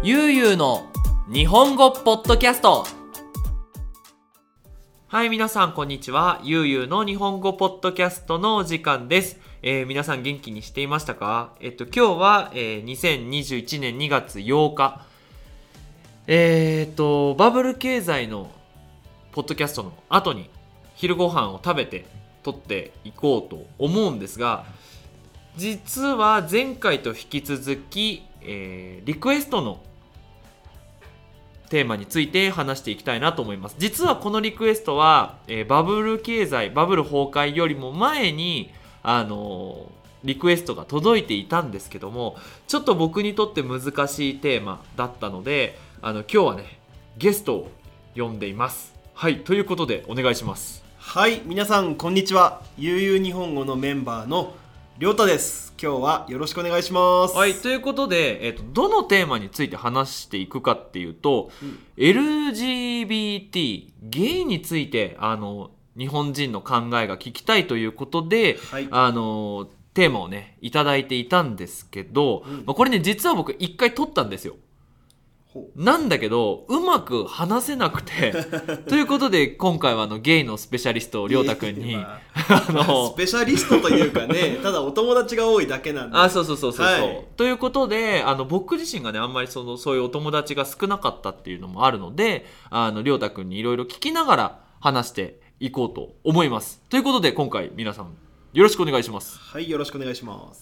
ゆうゆうの日本語ポッドキャスト。はい、皆さんこんにちは。ゆうゆうの日本語ポッドキャストのお時間です。皆さん元気にしていましたか？今日は、2021年2月8日バブル経済のポッドキャストの後に昼ご飯を食べて撮っていこうと思うんですが、実は前回と引き続き、リクエストのテーマについて話していきたいなと思います。実はこのリクエストは、バブル経済、バブル崩壊よりも前にリクエストが届いていたんですけども、ちょっと僕にとって難しいテーマだったので、今日はねゲストを呼んでいます。はい、ということでお願いします。 はい、皆さんこんにちは。ゆうゆう日本語のメンバーのりょうたです。今日はよろしくお願いします。 はい、ということで、どのテーマについて話していくかっていうと、LGBT ゲイについて日本人の考えが聞きたいということで、 はい、 テーマをねいただいていたんですけど、これね実は僕一回撮ったんですよ。なんだけどうまく話せなくてということで今回はゲイのスペシャリストりょうたくんにスペシャリストというかねただお友達が多いだけなんで。 そう、はい、ということで僕自身がねあんまりそういうお友達が少なかったっていうのもあるので、りょうたくんにいろいろ聞きながら話していこうと思います。ということで今回皆さんよろしくお願いします。 はい、よろしくお願いします。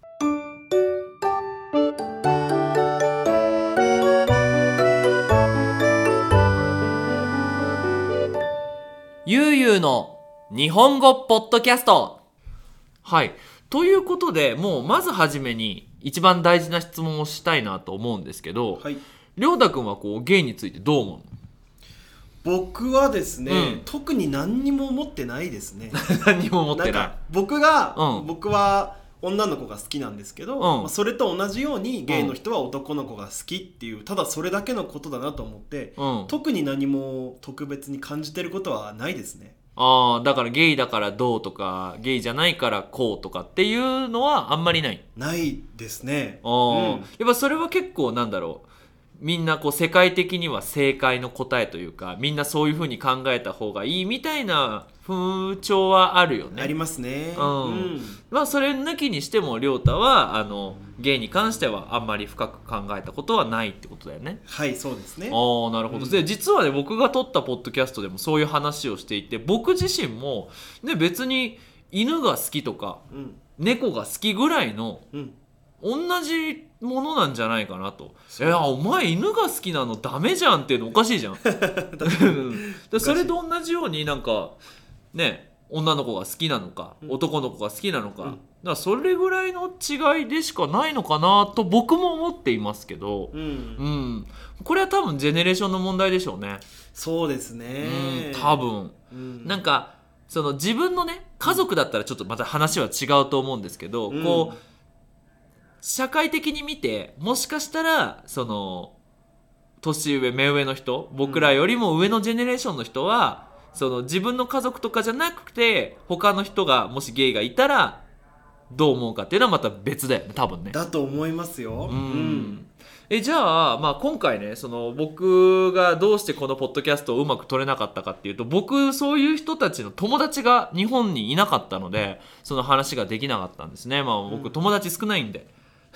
ゆうゆうの日本語ポッドキャスト。はい、ということでもうまずはじめに一番大事な質問をしたいなと思うんですけど、 はい、 りょうたくんはゲイについてどう思うの？ 僕はですね、特に何にも思ってないですね。 何にも思ってない。 なんか僕は女の子が好きなんですけど、それと同じようにゲイの人は男の子が好きっていう、ただそれだけのことだなと思って、特に何も特別に感じてることはないですね。 だからゲイだからどうとかゲイじゃないからこうとかっていうのはあんまりない。 ないですね。 やっぱそれは結構なんだろう、みんな世界的には正解の答えというか、みんなそういう風に考えた方がいいみたいな風潮はあるよね。 ありますね。 まあそれ抜きにしてもりょうたはゲイに関してはあんまり深く考えたことはないってことだよね。 はい、そうですね。 なるほど。で実はね僕が撮ったポッドキャストでもそういう話をしていて、僕自身もね別に犬が好きとか、猫が好きぐらいの、同じものなんじゃないかなと。お前犬が好きなのダメじゃんっていうのおかしいじゃんでそれと同じようになんかね、女の子が好きなのか、男の子が好きなのか、だからそれぐらいの違いでしかないのかなと僕も思っていますけど、これは多分ジェネレーションの問題でしょうね。 そうですね。 多分、なんか自分のね家族だったらちょっとまた話は違うと思うんですけど、社会的に見てもしかしたら年上目上の人、僕らよりも上のジェネレーションの人は自分の家族とかじゃなくて他の人がもしゲイがいたらどう思うかっていうのはまた別だよね、多分ね。 だと思いますよ。 じゃあ、今回ね僕がどうしてこのポッドキャストをうまく撮れなかったかっていうと、僕そういう人たちの友達が日本にいなかったのでその話ができなかったんですね。僕友達少ないんで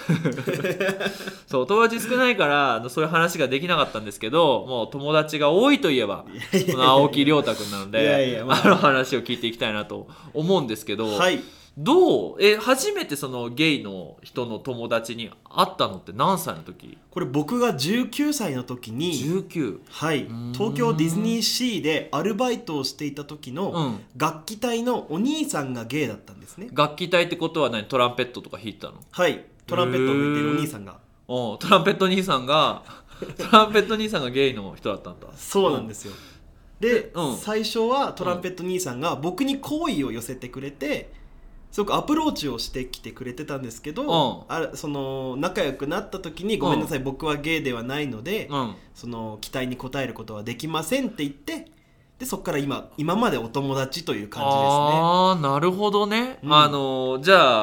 そう友達少ないからそういう話ができなかったんですけど、もう友達が多いといえばこの青木亮太くんなので話を聞いていきたいなと思うんですけど、どう初めてゲイの人の友達に会ったのって何歳の時？ これ僕が19歳の時に 19、 はい、東京ディズニーシーでアルバイトをしていた時の楽器隊のお兄さんがゲイだったんですね。 楽器隊ってことは何？トランペットとか弾いたの？はい、 トランペットを吹いているお兄さんがトランペット兄さんがゲイの人だったんだ。 そうなんですよ。で、最初はトランペット兄さんが僕に好意を寄せてくれて、すごくアプローチをしてきてくれてたんですけど、仲良くなった時にごめんなさい、僕はゲイではないので、その期待に応えることはできませんって言って、でそこから今までお友達という感じですね。 なるほどね。じゃあ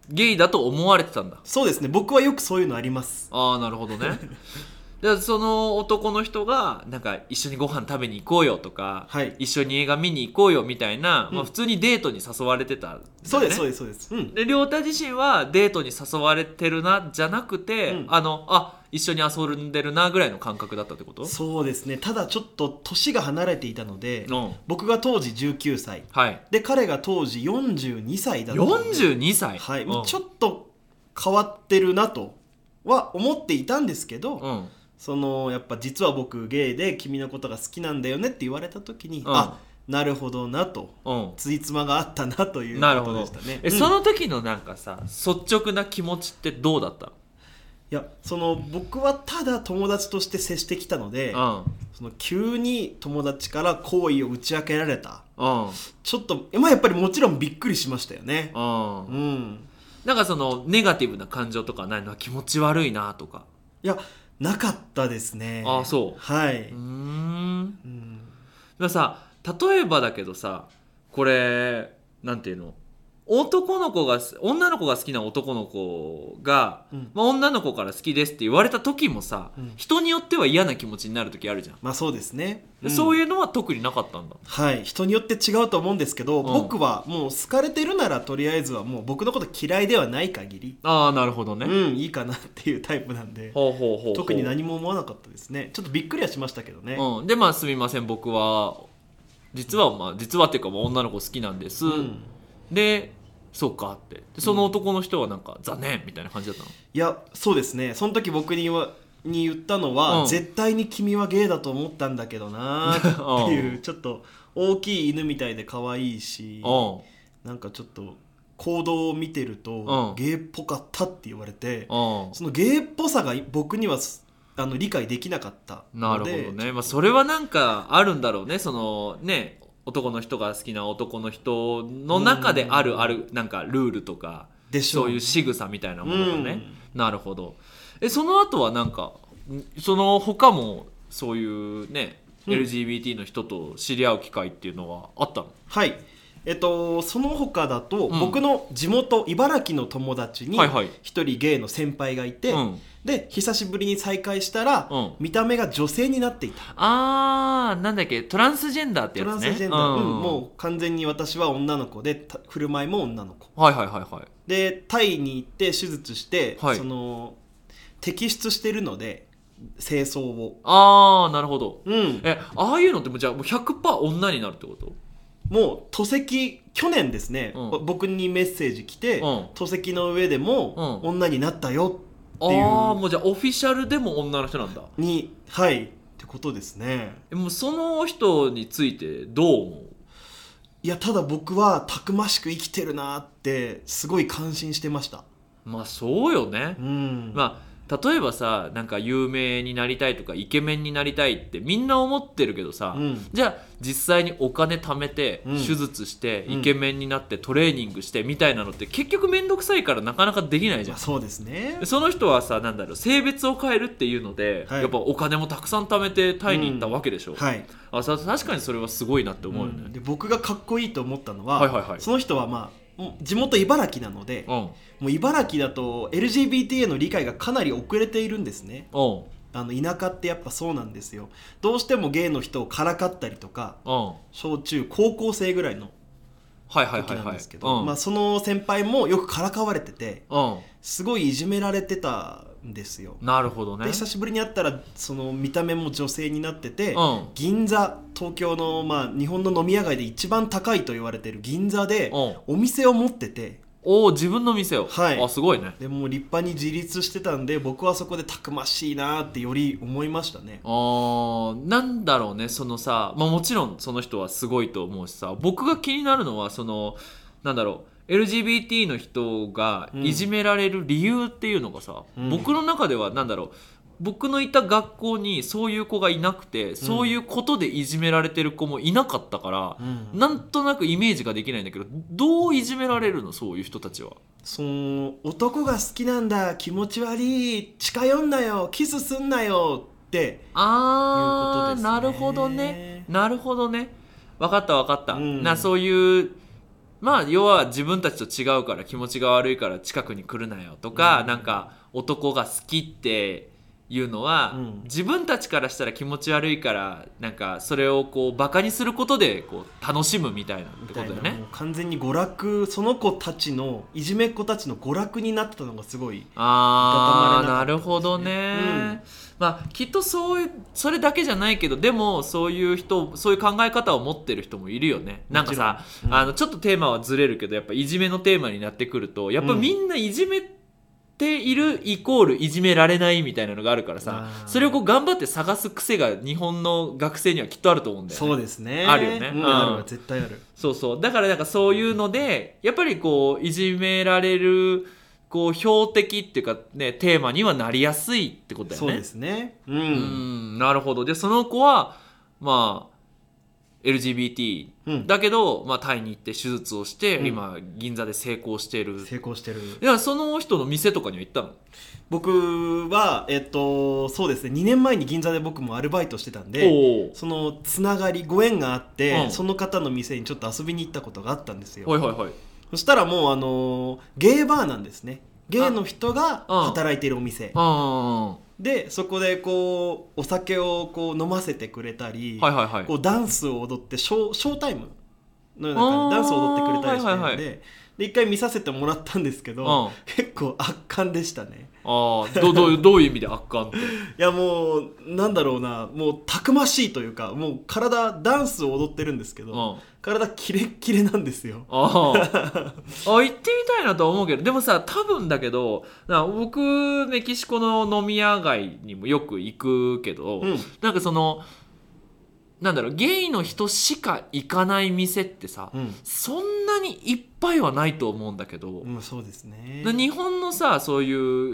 ゲイだと思われてたんだ。 そうですね、僕はよくそういうのあります。 ああ、なるほどね。でその男の人がなんか一緒にご飯食べに行こうよとか、 はい、 一緒に映画見に行こうよみたいな、まあ、普通にデートに誘われてたんだよね。 そうですそうですそうです、 で亮太自身はデートに誘われてるなじゃなくて、一緒に遊んでるなぐらいの感覚だったってこと？ そうですね。ただちょっと年が離れていたので、僕が当時19歳、 はい、で彼が当時42歳だったので、 42歳、 はい、ちょっと変わってるなとは思っていたんですけど、やっぱ実は僕ゲイで君のことが好きなんだよねって言われた時に、なるほどなと、ついつまがあったなということでしたね。 その時のなんかさ、率直な気持ちってどうだった？ いや、僕はただ友達として接してきたので、急に友達から好意を打ち明けられた、ちょっと、やっぱりもちろんびっくりしましたよね。 なんかネガティブな感情とかないのは気持ち悪いなとか？ いや、なかったですね。 ああ、そう。 はい。 だからさ、例えばだけどさ、これなんていうの、女の子が好きな男の子が、女の子から好きですって言われた時もさ、人によっては嫌な気持ちになる時あるじゃん。 まあそうですね、 そういうのは特になかったんだ。 はい、人によって違うと思うんですけど、僕はもう好かれてるならとりあえずはもう僕のこと嫌いではない限り、 ああ、なるほどね、 いいかなっていうタイプなんで、特に何も思わなかったですね。ちょっとびっくりはしましたけどね。 で、まあすみません、僕は実はっていうか、女の子好きなんです、でそうかって、でその男の人はなんか、残念みたいな感じだったの？ いや、そうですね、その時僕に言ったのは、絶対に君はゲイだと思ったんだけどなっていうちょっと大きい犬みたいで可愛いし、なんかちょっと行動を見てるとゲイっぽかったって言われて、そのゲイっぽさが僕には理解できなかったので。 なるほどね、まあ、それはなんかあるんだろうね。男の人が好きな男の人の中であるなんかルールとかでしょう、 そういう仕草みたいなものがね、なるほど。その後はなんかその他もそういうね、LGBT の人と知り合う機会っていうのはあったの？ はい、その他だと、僕の地元茨城の友達に一人ゲイの先輩がいて、で久しぶりに再会したら、見た目が女性になっていた。 なんだっけ、トランスジェンダーってやつね。 トランスジェンダー、もう完全に私は女の子で振る舞いも女の子、でタイに行って手術して、摘出してるので精巣を。 なるほど。ああいうのってじゃあもう 100% 女になるってこと？ もう戸籍、去年ですね、僕にメッセージ来て、戸籍の上でも女になったよっていう。 もうじゃあオフィシャルでも女の人なんだはいってことですね。 もうその人についてどう思う？ いや、ただ僕はたくましく生きてるなってすごい感心してました。 まあそうよね、まあ例えばさ、なんか有名になりたいとかイケメンになりたいってみんな思ってるけどさ、じゃあ実際にお金貯めて、手術してイケメンになってトレーニングしてみたいなのって結局めんどくさいからなかなかできないじゃん。 そうですね。 その人はさ、なんだろう、性別を変えるっていうので、やっぱお金もたくさん貯めてタイに行ったわけでしょ、確かにそれはすごいなって思うよね、 で僕がかっこいいと思ったのは、その人はまあ地元茨城なので、もう茨城だと LGBT への理解がかなり遅れているんですね。田舎ってやっぱそうなんですよ。どうしてもゲイの人をからかったりとか、小中高校生ぐらいの時なんですけど、その先輩もよくからかわれてて、すごいいじめられてたんですよ。 なるほどね。 で久しぶりに会ったらその見た目も女性になってて、銀座、東京の、日本の飲み屋街で一番高いと言われてる銀座でお店を持ってて、 自分の店を、すごいね。 でもう立派に自立してたんで、僕はそこでたくましいなってより思いましたね。 なんだろうね、そのさ、もちろんその人はすごいと思うしさ、僕が気になるのはなんだろう、LGBT の人がいじめられる理由っていうのがさ、僕の中ではなんだろう、僕のいた学校にそういう子がいなくて、そういうことでいじめられてる子もいなかったから、なんとなくイメージができないんだけど、どういじめられるの、そういう人たちは。 男が好きなんだ、気持ち悪い、近寄んなよ、キスすんなよっていうことですね。 なるほどね、なるほどね、分かった分かった、そういうまあ要は自分たちと違うから気持ちが悪いから近くに来るなよとか、なんか男が好きっていうのは、自分たちからしたら気持ち悪いからなんかそれをこうバカにすることでこう楽しむみたいなってことだよね。 もう完全に娯楽、その子たちのいじめっ子たちの娯楽になってたのがすごい。 なるほどね、まあきっとそれだけじゃないけど、でもそういう人、そういう考え方を持ってる人もいるよね。なんかさ、ちょっとテーマはずれるけど、やっぱいじめのテーマになってくるとやっぱみんないじめているイコールいじめられないみたいなのがあるからさ、それをこう頑張って探す癖が日本の学生にはきっとあると思うんだよね。 そうですね、 あるよね、 ある、絶対ある。 そうそう、だからなんかそういうのでやっぱりこういじめられるこう標的っていうかね、テーマにはなりやすいってことだよね。 そうですね、 なるほど。でその子はまあ LGBT だけど、まあ、タイに行って手術をして、今銀座で成功してる。いや、その人の店とかには行ったの？ 僕はそうですね、2年前に銀座で僕もアルバイトしてたんで、そのつながりご縁があって、その方の店にちょっと遊びに行ったことがあったんですよ。そしたらもうゲイバーなんですね。ゲイの人が働いているお店で、そこでこうお酒をこう飲ませてくれたり、こうダンスを踊ってショータイムのような感じでダンスを踊ってくれたりしてるので、一回見させてもらったんですけど、結構圧巻でしたね。 どういう意味で圧巻って？いやもうなんだろうな、もうたくましいというか、もうダンスを踊ってるんですけど、体キレッキレなんですよ。 行ってみたいなとは思うけど、でもさ、多分だけど僕メキシコの飲み屋街にもよく行くけど、なんかそのなんだろう、ゲイの人しか行かない店ってさ、そんなにいっぱいはないと思うんだけど、 そうですね。 日本のさ、そういう、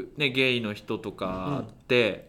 ね、ゲイの人とかって、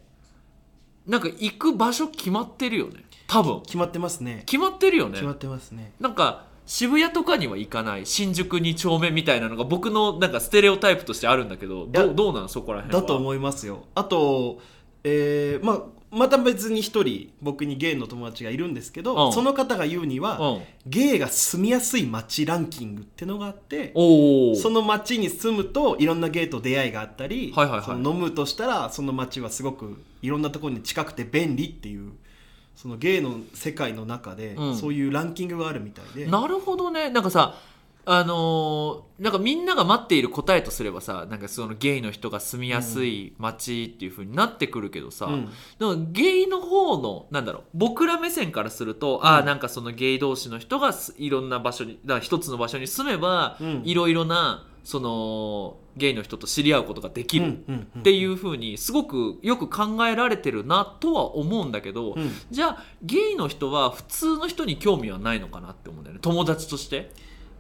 なんか行く場所決まってるよね。多分決まってますね。 決まってるよね。 決まってますね。 なんか渋谷とかには行かない、新宿2丁目みたいなのが僕のなんかステレオタイプとしてあるんだけど、どうなのそこら辺は。 だと思いますよ。あと、また別に一人僕にゲイの友達がいるんですけど、その方が言うには、ゲイが住みやすい街ランキングってのがあって、その街に住むといろんなゲイと出会いがあったり、その飲むとしたらその街はすごくいろんなところに近くて便利っていう、そのゲイの世界の中で、そういうランキングがあるみたいで。 なるほどね。なんかさ、なんかみんなが待っている答えとすればさ、なんかそのゲイの人が住みやすい街っていう風になってくるけどさ、でもゲイの方のなんだろう、僕ら目線からすると、なんかそのゲイ同士の人がいろんな場所に、だから一つの場所に住めば、いろいろなそのゲイの人と知り合うことができるっていう風にすごくよく考えられてるなとは思うんだけど、じゃあゲイの人は普通の人に興味はないのかなって思うんだよね、友達として。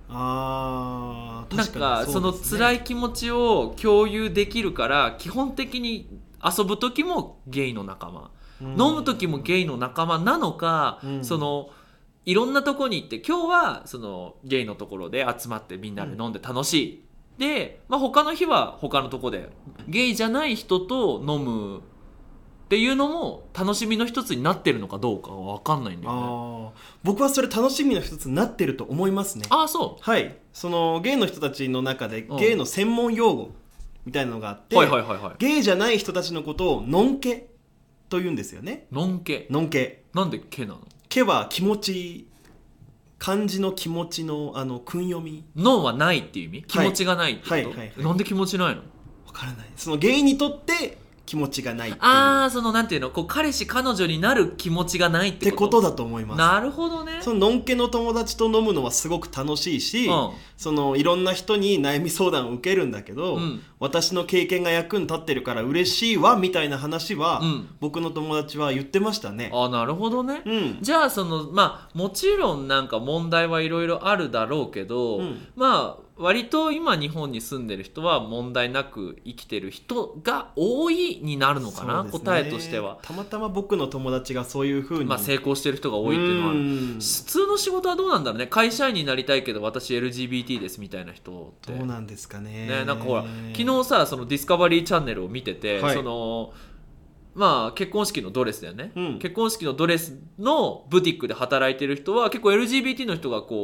なんかその辛い気持ちを共有できるから、基本的に遊ぶ時もゲイの仲間、飲む時もゲイの仲間なのか、そのいろんなとこに行って、今日はそのゲイのところで集まってみんなで飲んで楽しい、で、他の日は他のとこでゲイじゃない人と飲むっていうのも楽しみの一つになってるのかどうかは分かんないんだよね。 僕はそれ楽しみの一つになってると思いますね。 そう。 はい。そのゲイの人たちの中でゲイの専門用語みたいなのがあって、ゲイじゃない人たちのことをノンケと言うんですよね。 ノンケ。なんでケなの？ ケは気持ち、漢字の気持ちの訓読み。 ノンはないっていう意味？気持ちがないってこと？なんで気持ちないの？ わからない。そのゲイにとって気持ちがないっていう。 そのなんていうの、こう彼氏彼女になる気持ちがないってこと？ ってことだと思います。 なるほどね。 そののんけの友達と飲むのはすごく楽しいし、そのいろんな人に悩み相談を受けるんだけど、私の経験が役に立ってるから嬉しいわみたいな話は、僕の友達は言ってましたね。 なるほどね。じゃあそのもちろんなんか問題はいろいろあるだろうけど、割と今日本に住んでる人は問題なく生きてる人が多いになるのかな、答えとしては。 たまたま僕の友達がそういう風に、 成功してる人が多いっていうのは、普通の仕事はどうなんだろうね。会社員になりたいけど私 LGBT ですみたいな人ってどうなんですかね。 なんかほら昨日さ、そのディスカバリーチャンネルを見てて、その結婚式のドレスだよね、結婚式のドレスのブティックで働いてる人は結構 LGBT の人がこう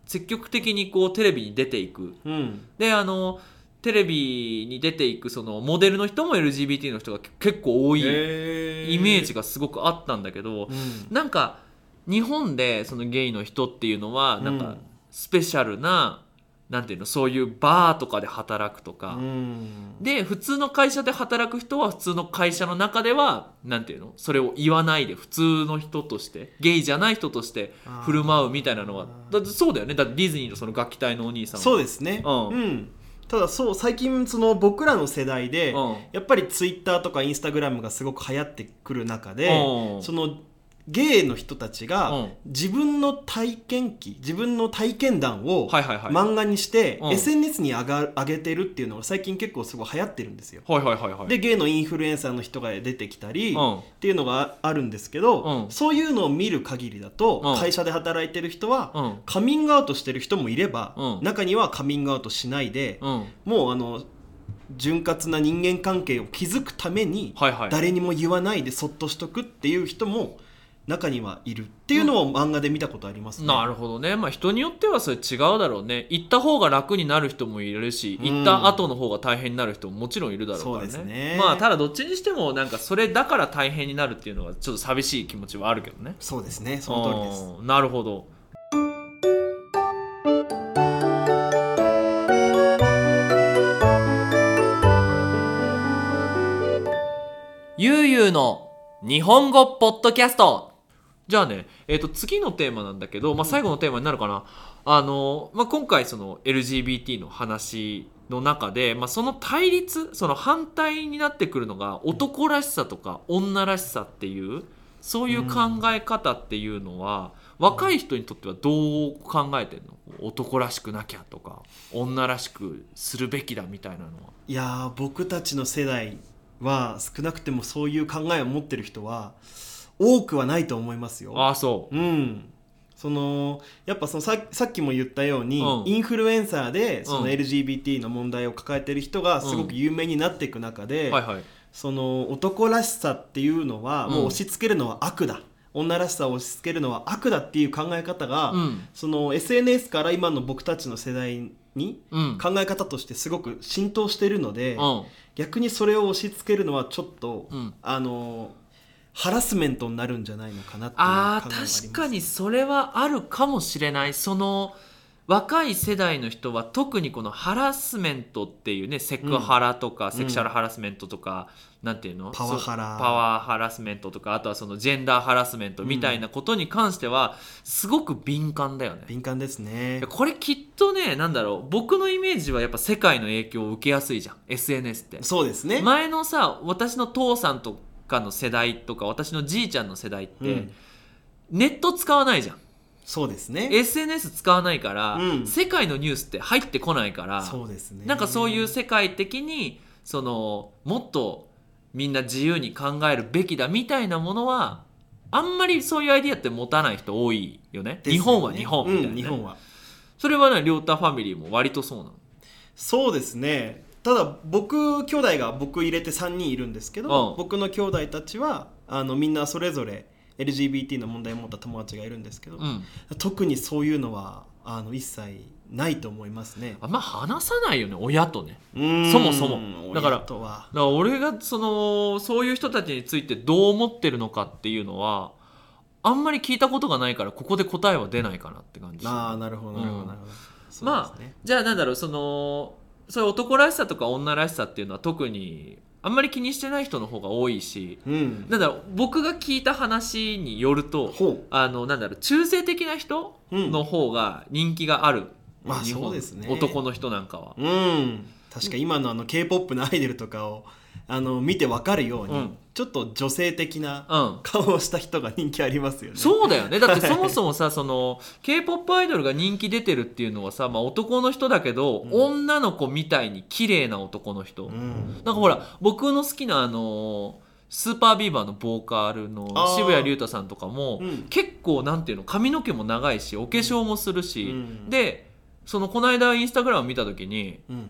積極的にこうテレビに出ていく、でテレビに出ていくそのモデルの人も LGBT の人が結構多いイメージがすごくあったんだけど、なんか日本でそのゲイの人っていうのはなんかスペシャルな、なんていうの、そういうバーとかで働くとか、で普通の会社で働く人は普通の会社の中ではなんていうの、それを言わないで普通の人としてゲイじゃない人として振る舞うみたいなのはだってそうだよね。だってディズニーのその楽器隊のお兄さんはそうですね。ただそう最近その僕らの世代で、やっぱりツイッターとかインスタグラムがすごく流行ってくる中で、そのゲイの人たちが自分の体験記、自分の体験談を漫画にして、SNS に上げてるっていうのが最近結構すごい流行ってるんですよ。でゲイのインフルエンサーの人が出てきたりっていうのがあるんですけど、そういうのを見る限りだと、会社で働いてる人はカミングアウトしてる人もいれば、中にはカミングアウトしないで、もう潤滑な人間関係を築くために誰にも言わないでそっとしとくっていう人も中にはいるっていうのを漫画で見たことありますね。 なるほどね。まあ人によってはそれ違うだろうね。行った方が楽になる人もいるし、行った後の方が大変になる人ももちろんいるだろうからね。そうですね。まあただどっちにしてもなんかそれだから大変になるっていうのはちょっと寂しい気持ちはあるけどね。 そうですね、その通りです。 なるほど。ゆうゆうの日本語ポッドキャスト。じゃあね、次のテーマなんだけど、最後のテーマになるかな。今回その LGBT の話の中で、その対立、その反対になってくるのが男らしさとか女らしさっていうそういう考え方っていうのは、若い人にとってはどう考えてんの？男らしくなきゃとか女らしくするべきだみたいなのは。 いや僕たちの世代は少なくてもそういう考えを持ってる人は多くはないと思いますよ。 あ、そう。 そのやっぱその さっきも言ったように、インフルエンサーでその LGBT の問題を抱えてる人がすごく有名になっていく中で、その男らしさっていうのはもう押し付けるのは悪だ、女らしさを押し付けるのは悪だっていう考え方が、その SNS から今の僕たちの世代に考え方としてすごく浸透しているので、逆にそれを押し付けるのはちょっと、ハラスメントになるんじゃないのかなっていう考えがあります。 確かにそれはあるかもしれない。その若い世代の人は特にこのハラスメントっていうね、セクハラとか、セクシャルハラスメントとか、なんていうの、 パワーハラスメントとか、あとはそのジェンダーハラスメントみたいなことに関してはすごく敏感だよね。 敏感ですね。 これきっとね、なんだろう、僕のイメージはやっぱ世界の影響を受けやすいじゃん SNS って。 そうですね。 前のさ、私の父さんとかの世代とか私のじいちゃんの世代って、ネット使わないじゃん。 そうですね。 SNS 使わないから、世界のニュースって入ってこないから、 そうですね。 なんかそういう世界的にそのもっとみんな自由に考えるべきだみたいなものはあんまりそういうアイディアって持たない人多いよね。日本は日本みたいな、ね、 日本はそれはね、亮太ファミリーも割とそうなの。 そうですね。ただ僕兄弟が僕入れて3人いるんですけど、僕の兄弟たちはみんなそれぞれ LGBT の問題を持った友達がいるんですけど、特にそういうのは一切ないと思いますね。 あんま話さないよね、親とね。そもそもだから俺がそういう人たちについてどう思ってるのかっていうのはあんまり聞いたことがないから、ここで答えは出ないかなって感じ。 なるほどなるほど、 まあじゃあなんだろう、そういう男らしさとか女らしさっていうのは特にあんまり気にしてない人の方が多いし、なんだろう、僕が聞いた話によると、なんだろう、中性的な人の方が人気がある、日本、男の人なんかは。 確か今のK-POP のアイドルとかを見て分かるように、ちょっと女性的な顔をした人が人気ありますよね。 そうだよね。だってそもそもさ、K-POP アイドルが人気出てるっていうのはさ、男の人だけど、女の子みたいに綺麗な男の人、なんかほら僕の好きなスーパービーバーのボーカルの渋谷龍太さんとかも、結構なんていうの、髪の毛も長いしお化粧もするし、でこの間インスタグラム見た時に、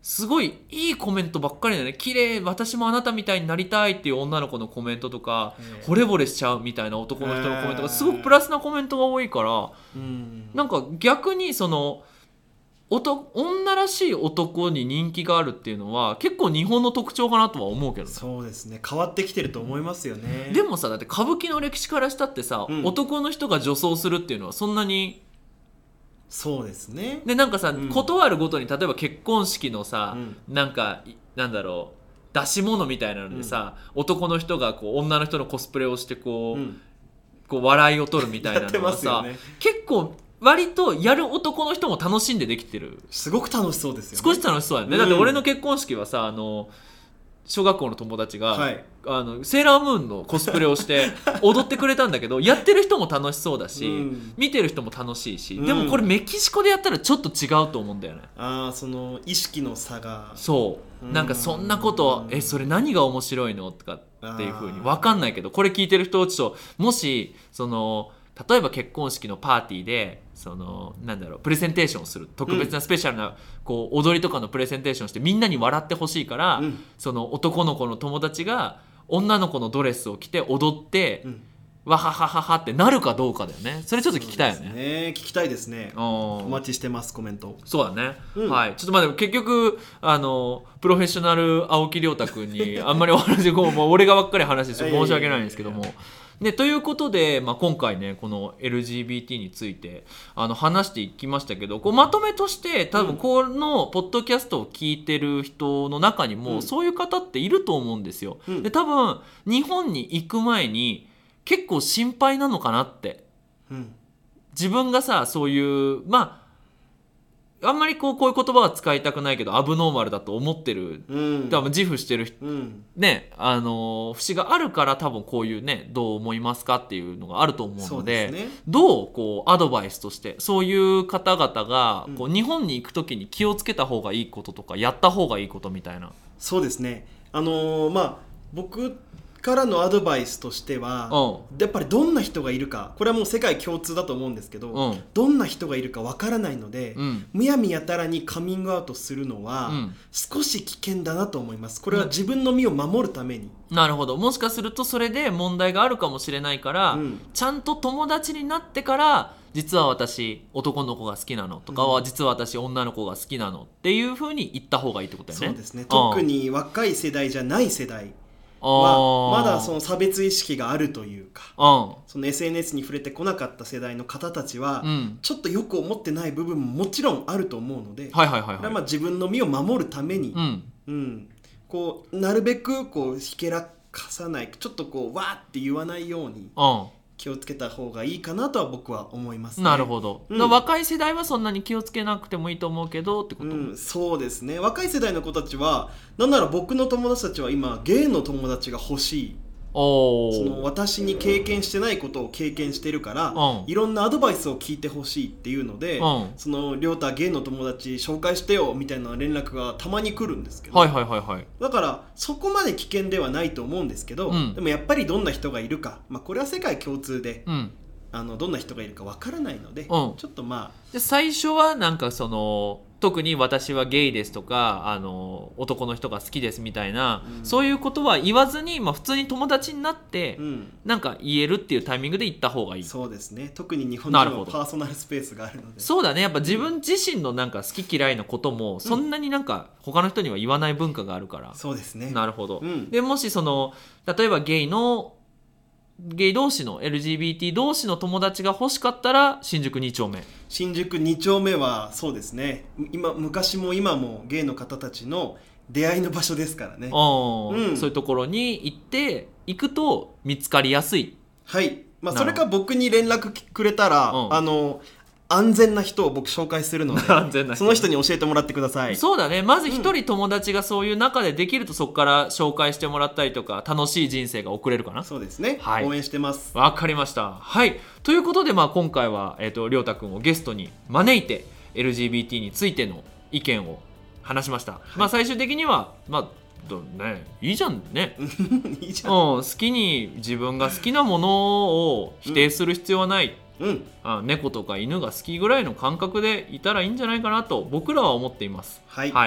すごいいいコメントばっかりだね。綺麗、私もあなたみたいになりたいっていう女の子のコメントとか、惚れ惚れしちゃうみたいな男の人のコメントがすごくプラスなコメントが多いから、なんか逆にその女らしい男に人気があるっていうのは結構日本の特徴かなとは思うけどね。 そうですね、変わってきてると思いますよね。 でもさ、だって歌舞伎の歴史からしたってさ、男の人が女装するっていうのはそんなに。 そうですね。 でなんかさ、ことあるごとに例えば結婚式のさ、なんかなんだろう、出し物みたいなのでさ、男の人がこう女の人のコスプレをしてこう笑いを取るみたいなのはさ、結構割とやる男の人も楽しんでできてる。 すごく楽しそうですよね。 少し楽しそうだよね、だって俺の結婚式はさ、小学校の友達が、セーラームーンのコスプレをして踊ってくれたんだけどやってる人も楽しそうだし、見てる人も楽しいし、でもこれメキシコでやったらちょっと違うと思うんだよね。 その意識の差が。そう、 なんかそんなことそれ何が面白いのとかっていう風に分かんないけど、これ聞いてる人ちょっともしその例えば結婚式のパーティーでなんだろう、プレゼンテーションをする、特別なスペシャルなこう踊りとかのプレゼンテーションしてみんなに笑ってほしいから、その男の子の友達が女の子のドレスを着て踊って、わははははってなるかどうかだよね。それちょっと聞きたいよね。 聞きたいですね。お待ちしてます、コメント。 そうだね、はい。ちょっとまあでも結局プロフェッショナル青木亮太君にあんまりお話もう俺がばっかり話して申し訳ないんですけども。ね、ということで、今回ねこの LGBT について話していきましたけど、こうまとめとして多分このポッドキャストを聞いてる人の中にもそういう方っていると思うんですよ。で多分日本に行く前に結構心配なのかなって、自分がさそういうあんまりこういう言葉は使いたくないけどアブノーマルだと思ってる、多分自負してる、ね、節があるから多分こういうねどう思いますかっていうのがあると思うので、どうこうアドバイスとしてそういう方々がこう日本に行く時に気をつけた方がいいこととかやった方がいいことみたいな。 そうですね、僕からのアドバイスとしては、やっぱりどんな人がいるか、これはもう世界共通だと思うんですけど、どんな人がいるかわからないので、むやみやたらにカミングアウトするのは、少し危険だなと思います。これは自分の身を守るために。 なるほど。もしかするとそれで問題があるかもしれないから、ちゃんと友達になってから実は私男の子が好きなのとかは、実は私女の子が好きなのっていう風に言った方がいいってことだよね。 そうですね。特に若い世代じゃない世代はまだその差別意識があるというか、その SNS に触れてこなかった世代の方たちは、ちょっとよく思ってない部分ももちろんあると思うので、これは自分の身を守るために、こうなるべくこうひけらかさない、ちょっとこうわーって言わないように気をつけた方がいいかなとは僕は思いますね。 なるほど、若い世代はそんなに気をつけなくてもいいと思うけどってこと、 そうですね。若い世代の子たちはなんなら僕の友達たちは今ゲイの友達が欲しい、その私に経験してないことを経験してるから、いろんなアドバイスを聞いてほしいっていうので、その亮太ゲイの友達紹介してよみたいな連絡がたまに来るんですけど、だからそこまで危険ではないと思うんですけど、でもやっぱりどんな人がいるか、これは世界共通で、どんな人がいるかわからないので、ちょっとで最初はなんかその特に私はゲイですとか男の人が好きですみたいな、そういうことは言わずに、普通に友達になって、なんか言えるっていうタイミングで言った方がいい。 そうですね。特に日本人はパーソナルスペースがあるので。 そうだね。やっぱ自分自身のなんか好き嫌いのこともそんなになんか他の人には言わない文化があるから。 そうですね。 なるほど。でもしその例えばゲイ同士の LGBT 同士の友達が欲しかったら新宿2丁目。 新宿2丁目はそうですね。昔も今もゲイの方たちの出会いの場所ですからね。 そういうところに行くと見つかりやすい。 はい。それか僕に連絡くれたら、安全な人を僕紹介するのでその人に教えてもらってください。 そうだね。まず一人友達がそういう中でできると、そこから紹介してもらったりとか楽しい人生が送れるかな。 そうですね、応援してます。 わかりました。はい。ということで今回は亮太くんをゲストに招いて LGBT についての意見を話しました。最終的にはいいじゃんねいいじゃん、好きに自分が好きなものを否定する必要はない、猫とか犬が好きぐらいの感覚でいたらいいんじゃないかなと僕らは思っています。はい、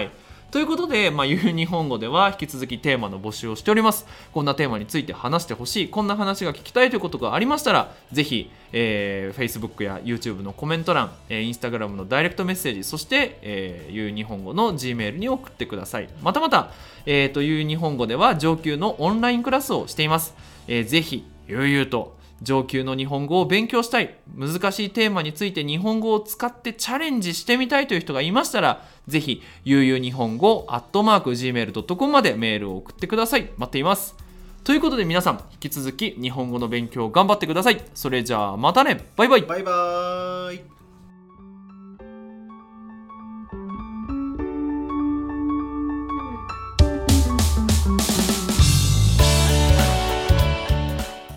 ということで、ゆう日本語では引き続きテーマの募集をしております。こんなテーマについて話してほしい、こんな話が聞きたいということがありましたら、ぜひ、Facebook や YouTube のコメント欄、Instagram のダイレクトメッセージ、そして、ゆう日本語の Gmail に送ってください。また、ゆう日本語では上級のオンラインクラスをしています。ぜひ悠々と上級の日本語を勉強したい、難しいテーマについて日本語を使ってチャレンジしてみたいという人がいましたら、ぜひゆうゆう日本語@gmail.com までメールを送ってください。待っています。ということで皆さん、引き続き日本語の勉強頑張ってください。それじゃあまたね。バイバイ。 バイバイ。